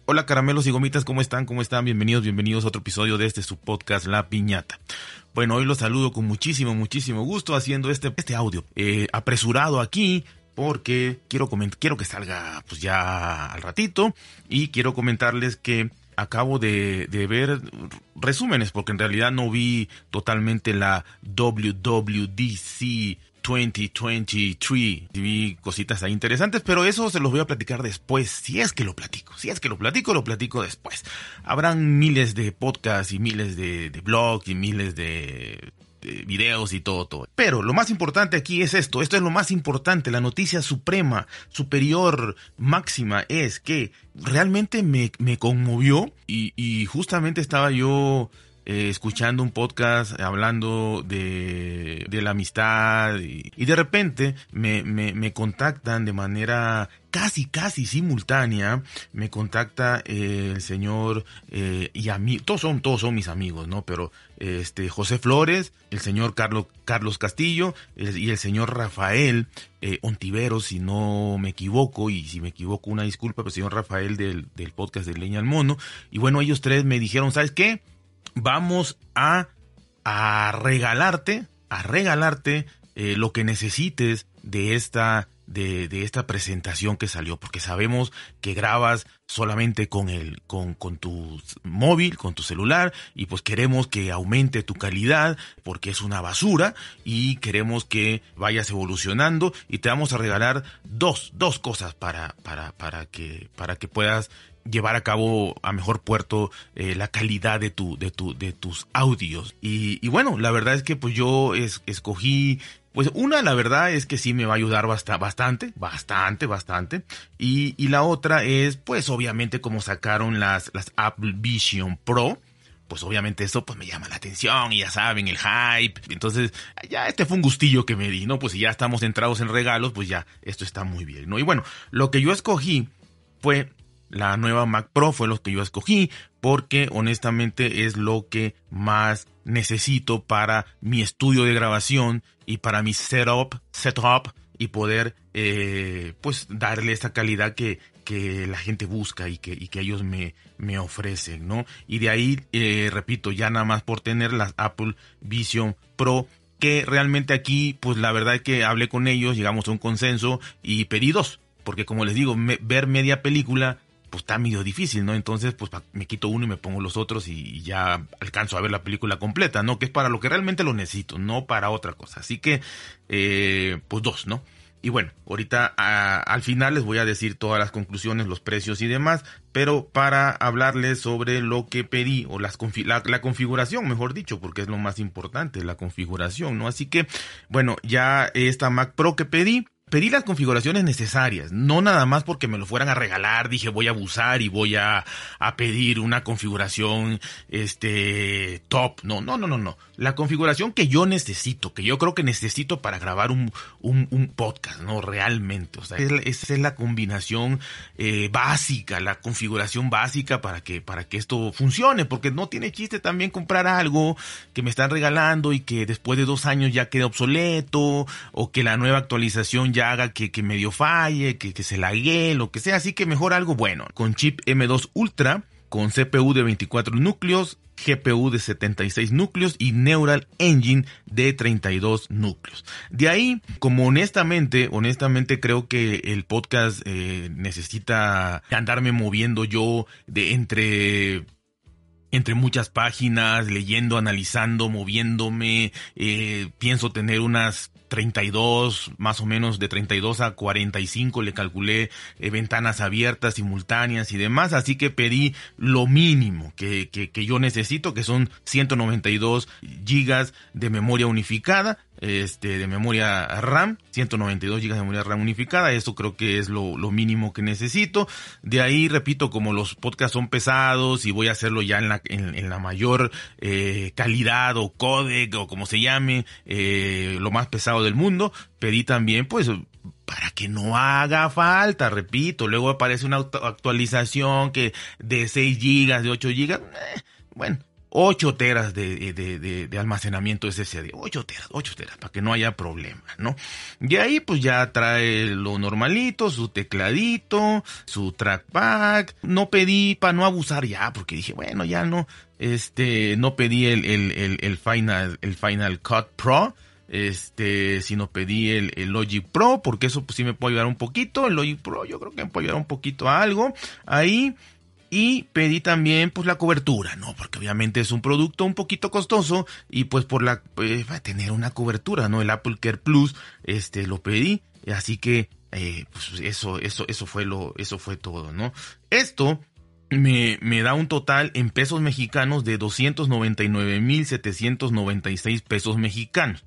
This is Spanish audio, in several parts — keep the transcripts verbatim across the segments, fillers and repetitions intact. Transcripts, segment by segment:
Hola caramelos y gomitas, ¿cómo están? ¿Cómo están? Bienvenidos, bienvenidos a otro episodio de este su podcast La Piñata. Bueno, hoy los saludo con muchísimo, muchísimo gusto haciendo este, este audio eh, apresurado aquí porque quiero, coment- quiero que salga pues ya al ratito y quiero comentarles que acabo de, de ver resúmenes porque en realidad no vi totalmente la W W D C veinte veintitrés, vi cositas ahí interesantes, pero eso se los voy a platicar después, si es que lo platico, si es que lo platico, lo platico después. Habrán miles de podcasts y miles de, de blogs y miles de, de videos y todo, todo. Pero lo más importante aquí es esto, esto es lo más importante, la noticia suprema, superior, máxima es que realmente me, me conmovió y, y justamente estaba yo... Eh, escuchando un podcast hablando de, de la amistad y, y de repente me, me, me contactan de manera casi casi simultánea, me contacta eh, el señor eh, y a mí, todos son, todos son mis amigos, ¿no? Pero este José Flores, el señor Carlos, Carlos Castillo el, y el señor Rafael eh, Ontiveros, si no me equivoco, y si me equivoco una disculpa, pero el señor Rafael del, del podcast de Leña al Mono, y bueno, ellos tres me dijeron, ¿sabes qué? Vamos a, a regalarte, a regalarte eh, lo que necesites de esta, de, de esta presentación que salió, porque sabemos que grabas solamente con el, con, con tu móvil, con tu celular, y pues queremos que aumente tu calidad, porque es una basura, y queremos que vayas evolucionando, y te vamos a regalar dos, dos cosas para, para, para que, para que puedas llevar a cabo a mejor puerto eh, la calidad de tu de tu de tus audios y, y bueno, la verdad es que pues yo es, escogí pues una, la verdad es que sí me va a ayudar bast- bastante bastante bastante y, y la otra es pues obviamente como sacaron las las Apple Vision Pro, pues obviamente eso pues me llama la atención y ya saben, el hype. Entonces ya este fue un gustillo que me di, ¿no? Pues si ya estamos entrados en regalos, pues ya esto está muy bien, ¿no? Y bueno, lo que yo escogí fue la nueva Mac Pro, fue lo que yo escogí porque honestamente es lo que más necesito para mi estudio de grabación y para mi setup, setup y poder eh, pues darle esta calidad que, que la gente busca y que, y que ellos me, me ofrecen, ¿no? Y de ahí, eh, repito, ya nada más por tener las Apple Vision Pro, que realmente aquí, pues la verdad es que hablé con ellos, llegamos a un consenso y pedí dos, porque como les digo, me, ver media película pues está medio difícil, ¿no? Entonces, pues me quito uno y me pongo los otros y ya alcanzo a ver la película completa, ¿no? Que es para lo que realmente lo necesito, no para otra cosa. Así que, eh, pues dos, ¿no? Y bueno, ahorita a, al final les voy a decir todas las conclusiones, los precios y demás, pero para hablarles sobre lo que pedí, o las confi- la, la configuración, mejor dicho, porque es lo más importante, la configuración, ¿no? Así que, bueno, ya esta Mac Pro que pedí, pedí las configuraciones necesarias, no nada más porque me lo fueran a regalar, dije voy a abusar y voy a, a pedir una configuración este top, no, no, no, no, no, la configuración que yo necesito, que yo creo que necesito para grabar un, un, un podcast, ¿no? Realmente, o sea, es, esa es la combinación eh, básica, la configuración básica para que, para que esto funcione, porque no tiene chiste también comprar algo que me están regalando y que después de dos años ya quede obsoleto, o que la nueva actualización ya haga que, que medio falle, que, que se laguee, lo que sea, así que mejor algo bueno, con chip M dos Ultra, con C P U de veinticuatro núcleos, G P U de setenta y seis núcleos y Neural Engine de treinta y dos núcleos. De ahí, como honestamente, honestamente creo que el podcast eh, necesita andarme moviendo yo de entre... entre muchas páginas, leyendo, analizando, moviéndome, eh, pienso tener unas treinta y dos, más o menos de treinta y dos a cuarenta y cinco, le calculé eh, ventanas abiertas, simultáneas y demás, así que pedí lo mínimo que, que, que yo necesito, que son ciento noventa y dos gigas de memoria unificada, este, de memoria RAM, ciento noventa y dos gigas de memoria RAM unificada, eso creo que es lo, lo mínimo que necesito. De ahí, repito, como los podcasts son pesados y voy a hacerlo ya en la, en, en la mayor eh, calidad o codec o como se llame, eh, lo más pesado del mundo, pedí también pues para que no haga falta, repito, luego aparece una actualización que de seis gigas, de ocho gigas, eh, bueno, ocho teras de, de, de, de almacenamiento S S D, ocho teras, ocho teras, para que no haya problema, ¿no? Y ahí pues ya trae lo normalito, su tecladito, su trackpad. No pedí, para no abusar ya, porque dije, bueno, ya no, este, no pedí el, el, el, el Final, el Final Cut Pro, este, sino pedí el, el Logic Pro, porque eso pues sí me puede ayudar un poquito. El Logic Pro yo creo que me puede ayudar un poquito a algo ahí. Y pedí también pues la cobertura, ¿no? Porque obviamente es un producto un poquito costoso y pues por la pues, va a tener una cobertura, ¿no? El Apple Care Plus, este, lo pedí, así que eh, pues eso, eso, eso fue lo, eso fue todo, ¿no? Esto me, me da un total en pesos mexicanos de doscientos noventa y nueve mil setecientos noventa y seis pesos mexicanos,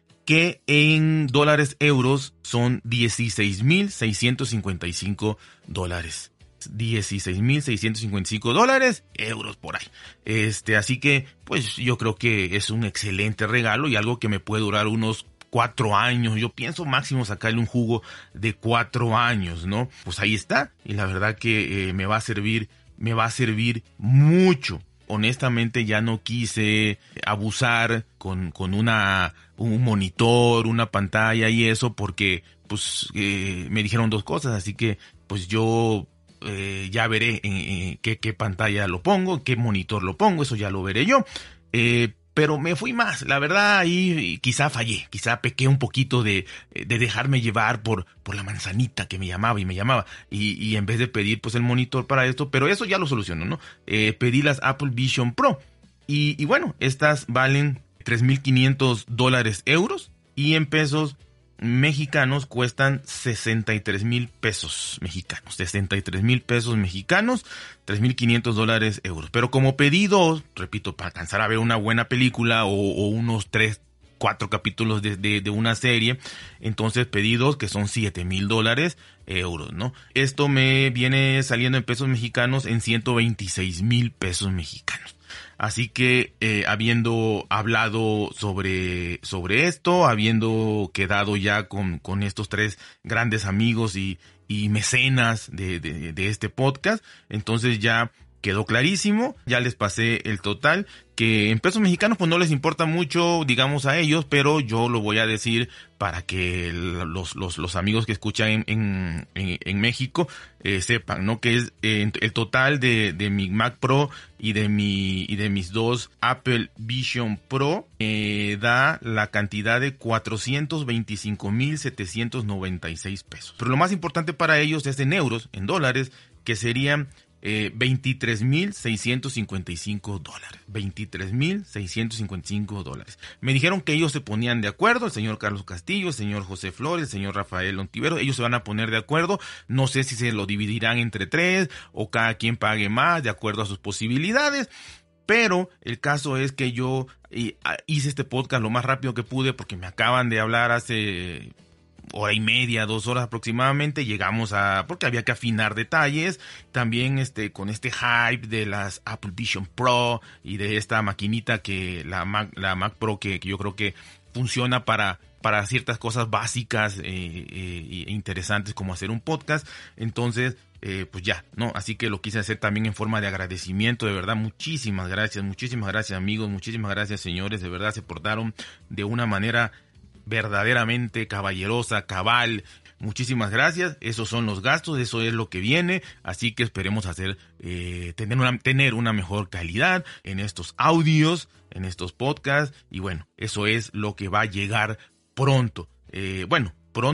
que en dólares euros son dieciséis mil seiscientos cincuenta y cinco dólares. dieciséis mil seiscientos cincuenta y cinco dólares, euros por ahí. Este, así que, pues yo creo que es un excelente regalo y algo que me puede durar unos cuatro años. Yo pienso máximo sacarle un jugo de cuatro años, ¿no? Pues ahí está. Y la verdad que eh, me va a servir, me va a servir mucho. Honestamente ya no quise abusar con, con una, un monitor, una pantalla y eso, porque pues eh, me dijeron dos cosas, así que pues yo eh, ya veré en, en qué, qué pantalla lo pongo, qué monitor lo pongo, eso ya lo veré yo. Eh, pero me fui más, la verdad, ahí quizá fallé, quizá pequé un poquito de, de dejarme llevar por, por la manzanita que me llamaba y me llamaba, y, y en vez de pedir pues el monitor para esto, pero eso ya lo soluciono, ¿no? Eh, pedí las Apple Vision Pro, y, y bueno, estas valen tres mil quinientos dólares euros, y en pesos mexicanos cuestan sesenta y tres mil pesos mexicanos, sesenta y tres mil pesos mexicanos, tres mil quinientos dólares euros. Pero como pedí dos, repito, para alcanzar a ver una buena película o, o unos tres, cuatro capítulos de, de, de una serie, entonces pedí dos que son siete mil dólares euros, ¿no? Esto me viene saliendo en pesos mexicanos en ciento veintiséis mil pesos mexicanos. Así que eh, habiendo hablado sobre, sobre esto, habiendo quedado ya con, con estos tres grandes amigos y, y mecenas de, de, de este podcast, entonces ya quedó clarísimo, ya les pasé el total, que en pesos mexicanos pues no les importa mucho, digamos, a ellos, pero yo lo voy a decir para que los, los, los amigos que escuchan en, en, en, en México eh, sepan, ¿no? Que es eh, el total de, de mi Mac Pro y de mi y de mis dos Apple Vision Pro eh, da la cantidad de cuatrocientos veinticinco mil setecientos noventa y seis pesos. Pero lo más importante para ellos es en euros, en dólares, que serían Eh, veintitrés mil seiscientos cincuenta y cinco dólares. veintitrés mil seiscientos cincuenta y cinco dólares. Me dijeron que ellos se ponían de acuerdo, el señor Carlos Castillo, el señor José Flores, el señor Rafael Ontivero, ellos se van a poner de acuerdo. No sé si se lo dividirán entre tres o cada quien pague más de acuerdo a sus posibilidades. Pero el caso es que yo hice este podcast lo más rápido que pude porque me acaban de hablar hace hora y media, dos horas aproximadamente, llegamos a, porque había que afinar detalles, también este, con este hype de las Apple Vision Pro y de esta maquinita que, la Mac, la Mac Pro que, que yo creo que funciona para, para ciertas cosas básicas eh, eh, e interesantes como hacer un podcast, entonces, eh, pues ya, ¿no? Así que lo quise hacer también en forma de agradecimiento, de verdad, muchísimas gracias, muchísimas gracias amigos, muchísimas gracias señores, de verdad se portaron de una manera verdaderamente caballerosa, cabal. Muchísimas gracias, esos son los gastos, eso es lo que viene, así que esperemos hacer, eh, tener una, tener una mejor calidad en estos audios, en estos podcasts, y bueno, eso es lo que va a llegar pronto. Eh, bueno,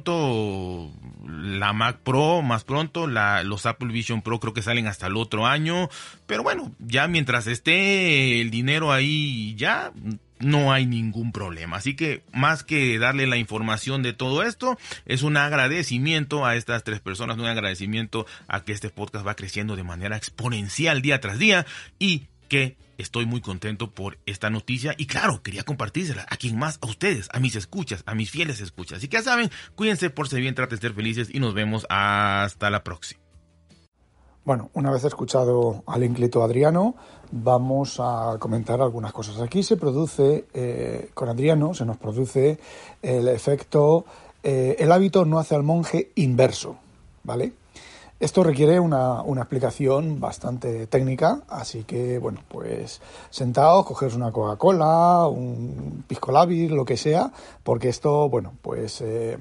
pronto la Mac Pro, más pronto la, los Apple Vision Pro creo que salen hasta el otro año, pero bueno, ya mientras esté el dinero ahí ya no hay ningún problema. Así que más que darle la información de todo esto, es un agradecimiento a estas tres personas, un agradecimiento a que este podcast va creciendo de manera exponencial día tras día y que estoy muy contento por esta noticia y claro, quería compartírsela a quien más, a ustedes, a mis escuchas, a mis fieles escuchas. Así que ya saben, cuídense, pórtense bien, traten de ser felices y nos vemos hasta la próxima. Bueno, una vez escuchado al ínclito Adriano, vamos a comentar algunas cosas. Aquí se produce, eh, con Adriano, se nos produce el efecto, eh, el hábito no hace al monje inverso, ¿vale? Esto requiere una, una explicación bastante técnica, así que, bueno, pues sentaos, cogeros una Coca-Cola, un pisco labis, lo que sea, porque esto, bueno, pues eh,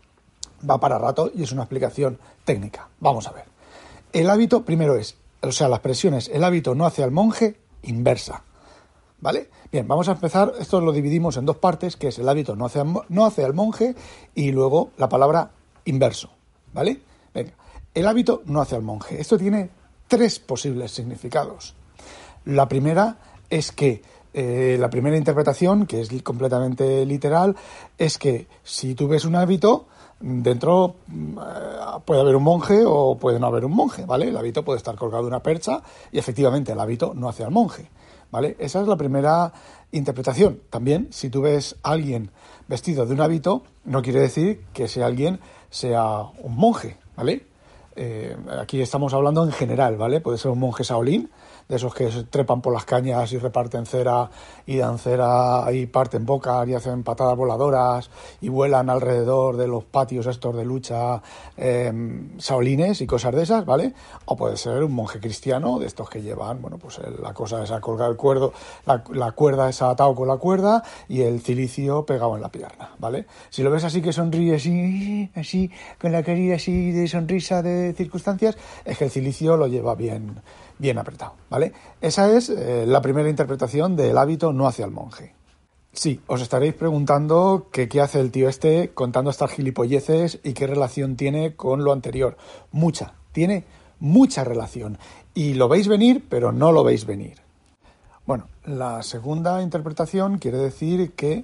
va para rato y es una explicación técnica. Vamos a ver. El hábito, primero es, o sea, la expresión es el hábito no hace al monje, inversa, ¿vale? Bien, vamos a empezar, esto lo dividimos en dos partes, que es el hábito no hace, no hace al monje y luego la palabra inverso, ¿vale? Venga. El hábito no hace al monje. Esto tiene tres posibles significados. La primera es que, eh, la primera interpretación, que es completamente literal, es que si tú ves un hábito, dentro eh, puede haber un monje o puede no haber un monje, ¿vale? El hábito puede estar colgado de una percha y efectivamente el hábito no hace al monje, ¿vale? Esa es la primera interpretación. También, si tú ves a alguien vestido de un hábito, no quiere decir que ese alguien sea un monje, ¿vale? Eh, aquí estamos hablando en general, ¿vale? Puede ser un monje Shaolin, de esos que trepan por las cañas y reparten cera y dan cera y parten bocas y hacen patadas voladoras y vuelan alrededor de los patios estos de lucha eh, shaolines y cosas de esas, ¿vale? O puede ser un monje cristiano, de estos que llevan, bueno, pues la cosa esa, colgar el cuerdo, la, la cuerda esa atado con la cuerda y el cilicio pegado en la pierna, ¿vale? Si lo ves así que sonríe así, así, con la carilla así de sonrisa de circunstancias, es que el cilicio lo lleva bien, bien apretado, ¿vale? Esa es eh, la primera interpretación del hábito no hace al monje. Sí, os estaréis preguntando que qué hace el tío este contando estas gilipolleces y qué relación tiene con lo anterior. Mucha, tiene mucha relación. Y lo veis venir, pero no lo veis venir. Bueno, la segunda interpretación quiere decir que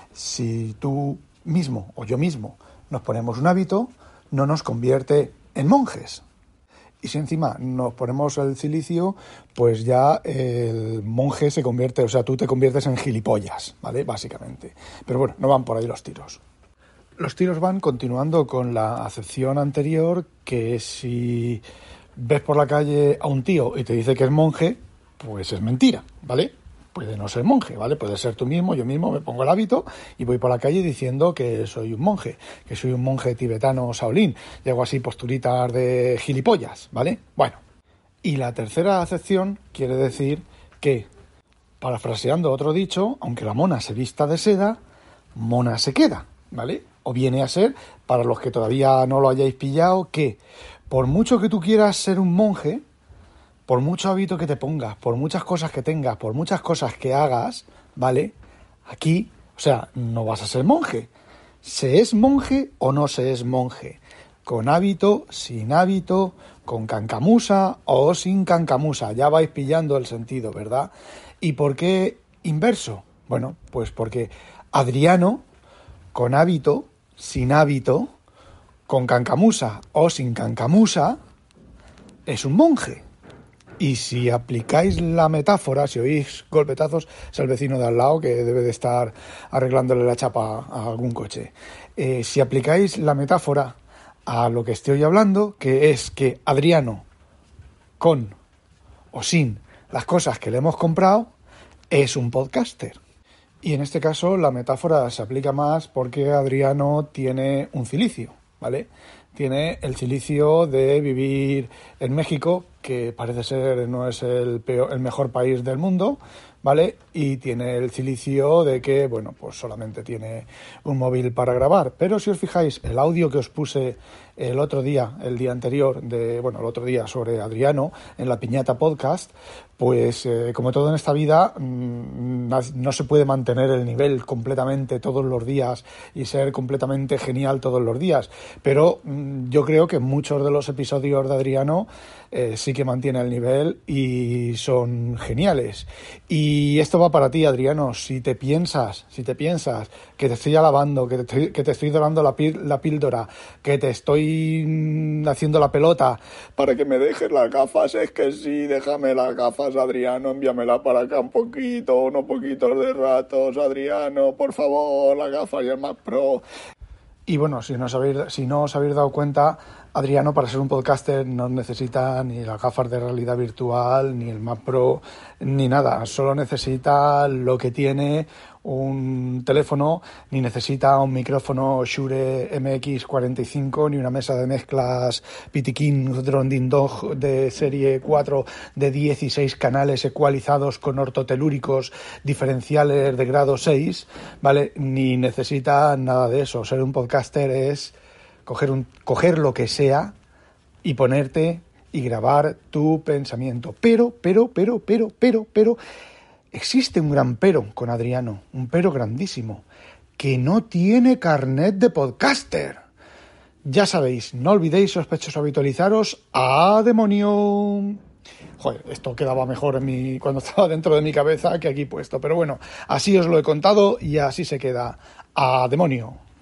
si tú mismo o yo mismo nos ponemos un hábito, no nos convierte en monjes. Y si encima nos ponemos el cilicio, pues ya el monje se convierte, o sea, tú te conviertes en gilipollas, ¿vale? Básicamente. Pero bueno, no van por ahí los tiros. Los tiros van continuando con la acepción anterior, que si ves por la calle a un tío y te dice que es monje, pues es mentira, ¿vale? Puede no ser monje, ¿vale? Puede ser tú mismo, yo mismo me pongo el hábito y voy por la calle diciendo que soy un monje, que soy un monje tibetano Shaolin, y hago así posturitas de gilipollas, ¿vale? Bueno, y la tercera acepción quiere decir que, parafraseando otro dicho, aunque la mona se vista de seda, mona se queda, ¿vale? O viene a ser, para los que todavía no lo hayáis pillado, que por mucho que tú quieras ser un monje, por mucho hábito que te pongas, por muchas cosas que tengas, por muchas cosas que hagas, ¿vale? Aquí, o sea, no vas a ser monje. ¿Se es monje o no se es monje? Con hábito, sin hábito, con cancamusa o sin cancamusa. Ya vais pillando el sentido, ¿verdad? ¿Y por qué inverso? Bueno, pues porque Adriano, con hábito, sin hábito, con cancamusa o sin cancamusa, es un monje. Y si aplicáis la metáfora, si oís golpetazos, es el vecino de al lado que debe de estar arreglándole la chapa a algún coche. Eh, si aplicáis la metáfora a lo que estoy hablando, que es que Adriano, con o sin las cosas que le hemos comprado, es un podcaster. Y en este caso la metáfora se aplica más porque Adriano tiene un cilicio, ¿vale? Tiene el cilicio de vivir en México, que parece ser no es el peor, el mejor país del mundo, ¿vale? Y tiene el cilicio de que, bueno, pues solamente tiene un móvil para grabar. Pero si os fijáis, el audio que os puse el otro día, el día anterior, de bueno, el otro día sobre Adriano, en la Piñata Podcast, pues eh, como todo en esta vida, mmm, no se puede mantener el nivel completamente todos los días y ser completamente genial todos los días. Pero mmm, yo creo que muchos de los episodios de Adriano eh, sí que mantiene el nivel y son geniales. Y esto va para ti, Adriano. Si te piensas, si te piensas que te estoy alabando, que te estoy, que te estoy dorando la, pí- la píldora, que te estoy haciendo la pelota para que me dejes las gafas, es que sí, déjame las gafas, Adriano, envíamela para acá un poquito, unos poquitos de ratos, Adriano, por favor, las gafas y el Mac Pro. Y bueno, si no os habéis, si no os habéis dado cuenta, Adriano, para ser un podcaster, no necesita ni las gafas de realidad virtual, ni el Mac Pro, ni nada. Solo necesita lo que tiene un teléfono, ni necesita un micrófono Shure M X cuarenta y cinco, ni una mesa de mezclas Pitikin Drondin Dog de serie cuatro de dieciséis canales ecualizados con ortotelúricos diferenciales de grado seis, ¿vale? Ni necesita nada de eso. Ser un podcaster es coger, un, coger lo que sea y ponerte y grabar tu pensamiento. Pero, pero, pero, pero, pero, pero... existe un gran pero con Adriano, un pero grandísimo, que no tiene carnet de podcaster. Ya sabéis, no olvidéis, sospechosos, habitualizaros. ¡A demonio! Joder, esto quedaba mejor en mi, cuando estaba dentro de mi cabeza que aquí puesto. Pero bueno, así os lo he contado y así se queda. ¡A demonio!